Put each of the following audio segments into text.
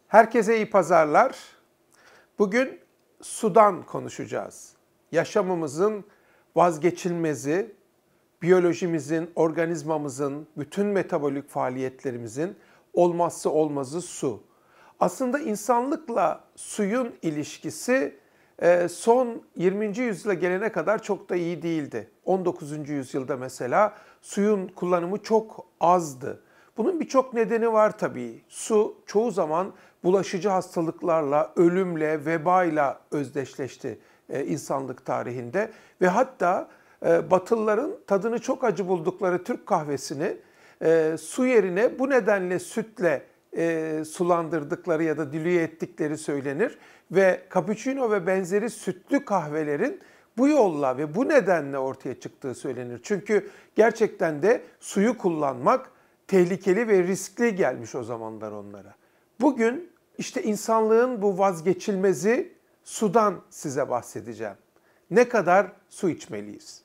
Herkese iyi pazarlar. Bugün sudan konuşacağız. Yaşamımızın vazgeçilmezi, biyolojimizin, organizmamızın, bütün metabolik faaliyetlerimizin olmazsa olmazı su. Aslında insanlıkla suyun ilişkisi son 20. yüzyıla gelene kadar çok da iyi değildi. 19. yüzyılda mesela suyun kullanımı çok azdı. Bunun birçok nedeni var tabii. Su çoğu zaman bulaşıcı hastalıklarla, ölümle, vebayla özdeşleşti insanlık tarihinde. Ve hatta Batılıların tadını çok acı buldukları Türk kahvesini su yerine bu nedenle sütle sulandırdıkları ya da dilüye ettikleri söylenir. Ve cappuccino ve benzeri sütlü kahvelerin bu yolla ve bu nedenle ortaya çıktığı söylenir. Çünkü gerçekten de suyu kullanmak tehlikeli ve riskli gelmiş o zamanlar onlara. Bugün işte insanlığın bu vazgeçilmezi sudan size bahsedeceğim. Ne kadar su içmeliyiz?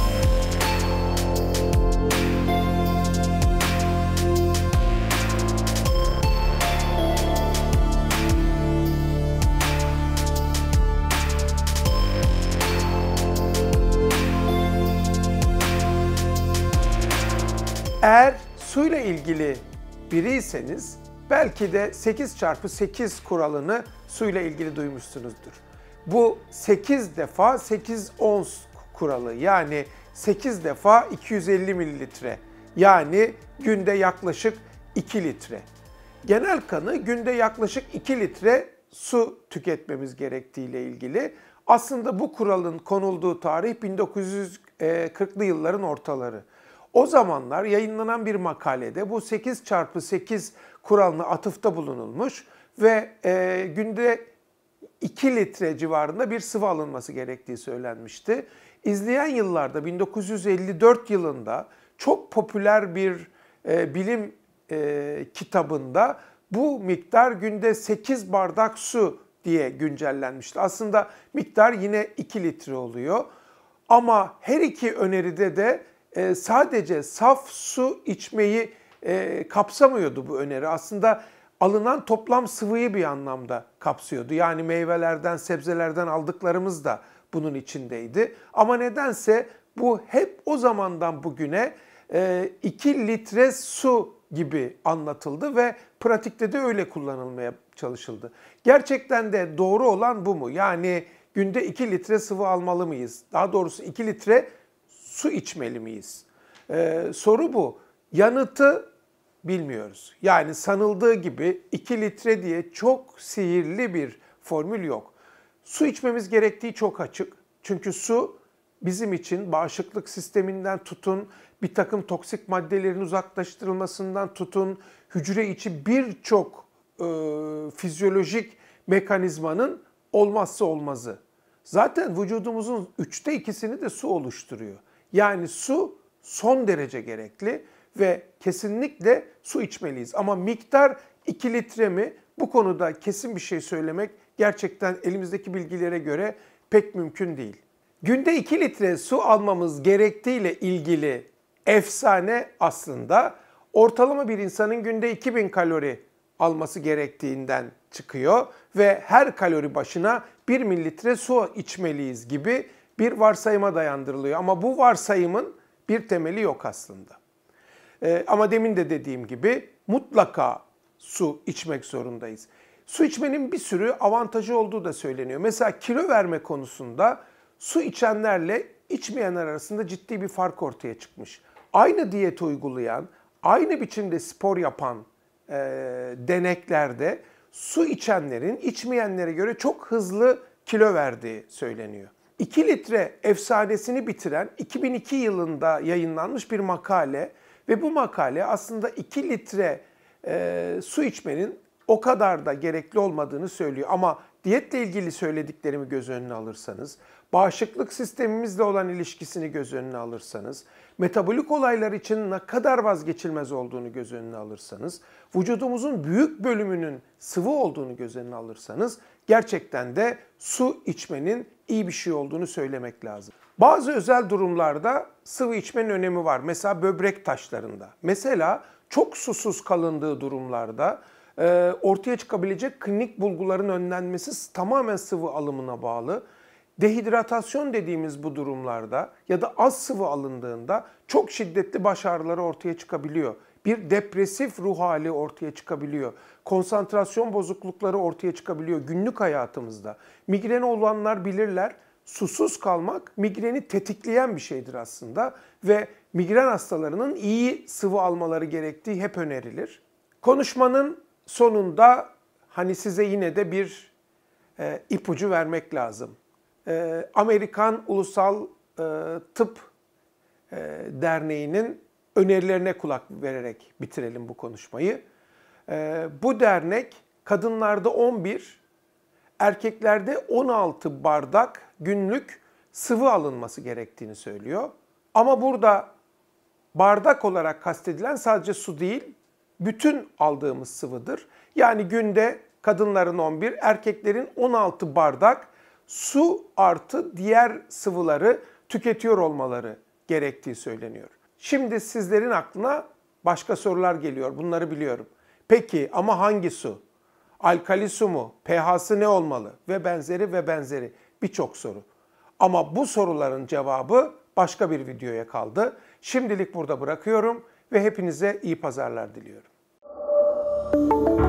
Eğer suyla ilgili biriyseniz belki de 8x8 kuralını suyla ilgili duymuşsunuzdur. Bu 8 defa 8 ons kuralı, yani 8 defa 250 mililitre, yani günde yaklaşık 2 litre. Genel kanı günde yaklaşık 2 litre su tüketmemiz gerektiğiyle ilgili. Aslında bu kuralın konulduğu tarih 1940'lı yılların ortaları. O zamanlar yayınlanan bir makalede bu 8x8 kuralına atıfta bulunulmuş ve günde 2 litre civarında bir sıvı alınması gerektiği söylenmişti. İzleyen yıllarda 1954 yılında çok popüler bir bilim kitabında bu miktar günde 8 bardak su diye güncellenmişti. Aslında miktar yine 2 litre oluyor. Ama her iki öneride de sadece saf su içmeyi kapsamıyordu bu öneri. Aslında alınan toplam sıvıyı bir anlamda kapsıyordu. Yani meyvelerden, sebzelerden aldıklarımız da bunun içindeydi. Ama nedense bu hep o zamandan bugüne 2 litre su gibi anlatıldı ve pratikte de öyle kullanılmaya çalışıldı. Gerçekten de doğru olan bu mu? Yani günde 2 litre sıvı almalı mıyız? Daha doğrusu 2 litre su içmeli miyiz? Soru bu. Yanıtı bilmiyoruz. Yani sanıldığı gibi 2 litre diye çok sihirli bir formül yok. Su içmemiz gerektiği çok açık. Çünkü su bizim için bağışıklık sisteminden tutun, bir takım toksik maddelerin uzaklaştırılmasından tutun, hücre içi birçok fizyolojik mekanizmanın olmazsa olmazı. Zaten vücudumuzun 2/3'ünü de su oluşturuyor. Yani su son derece gerekli ve kesinlikle su içmeliyiz. Ama miktar 2 litre mi? Bu konuda kesin bir şey söylemek gerçekten elimizdeki bilgilere göre pek mümkün değil. Günde 2 litre su almamız gerektiğiyle ilgili efsane aslında ortalama bir insanın günde 2000 kalori alması gerektiğinden çıkıyor ve her kalori başına 1 mililitre su içmeliyiz gibi bir varsayıma dayandırılıyor. Ama bu varsayımın bir temeli yok aslında. Ama demin de dediğim gibi mutlaka su içmek zorundayız. Su içmenin bir sürü avantajı olduğu da söyleniyor. Mesela kilo verme konusunda su içenlerle içmeyenler arasında ciddi bir fark ortaya çıkmış. Aynı diyeti uygulayan, aynı biçimde spor yapan deneklerde su içenlerin içmeyenlere göre çok hızlı kilo verdiği söyleniyor. 2 litre efsanesini bitiren 2002 yılında yayınlanmış bir makale ve bu makale aslında 2 litre su içmenin o kadar da gerekli olmadığını söylüyor. Ama diyetle ilgili söylediklerimi göz önüne alırsanız, bağışıklık sistemimizle olan ilişkisini göz önüne alırsanız, metabolik olaylar için ne kadar vazgeçilmez olduğunu göz önüne alırsanız, vücudumuzun büyük bölümünün sıvı olduğunu göz önüne alırsanız, gerçekten de su içmenin iyi bir şey olduğunu söylemek lazım. Bazı özel durumlarda sıvı içmenin önemi var. Mesela böbrek taşlarında. Mesela çok susuz kalındığı durumlarda ortaya çıkabilecek klinik bulguların önlenmesi tamamen sıvı alımına bağlı. Dehidratasyon dediğimiz bu durumlarda ya da az sıvı alındığında çok şiddetli baş ağrıları ortaya çıkabiliyor. Bir depresif ruh hali ortaya çıkabiliyor. Konsantrasyon bozuklukları ortaya çıkabiliyor günlük hayatımızda. Migreni olanlar bilirler. Susuz kalmak migreni tetikleyen bir şeydir aslında ve migren hastalarının iyi sıvı almaları gerektiği hep önerilir. Konuşmanın sonunda hani size yine de bir ipucu vermek lazım. Amerikan Ulusal Tıp Derneği'nin önerilerine kulak vererek bitirelim bu konuşmayı. Bu dernek kadınlarda 11, erkeklerde 16 bardak günlük sıvı alınması gerektiğini söylüyor. Ama burada bardak olarak kastedilen sadece su değil, bütün aldığımız sıvıdır. Yani günde kadınların 11, erkeklerin 16 bardak su artı diğer sıvıları tüketiyor olmaları gerektiği söyleniyor. Şimdi sizlerin aklına başka sorular geliyor, bunları biliyorum. Peki ama hangi su? Alkali su mu? pH'sı ne olmalı? Ve benzeri ve benzeri birçok soru. Ama bu soruların cevabı başka bir videoya kaldı. Şimdilik burada bırakıyorum ve hepinize iyi pazarlar diliyorum.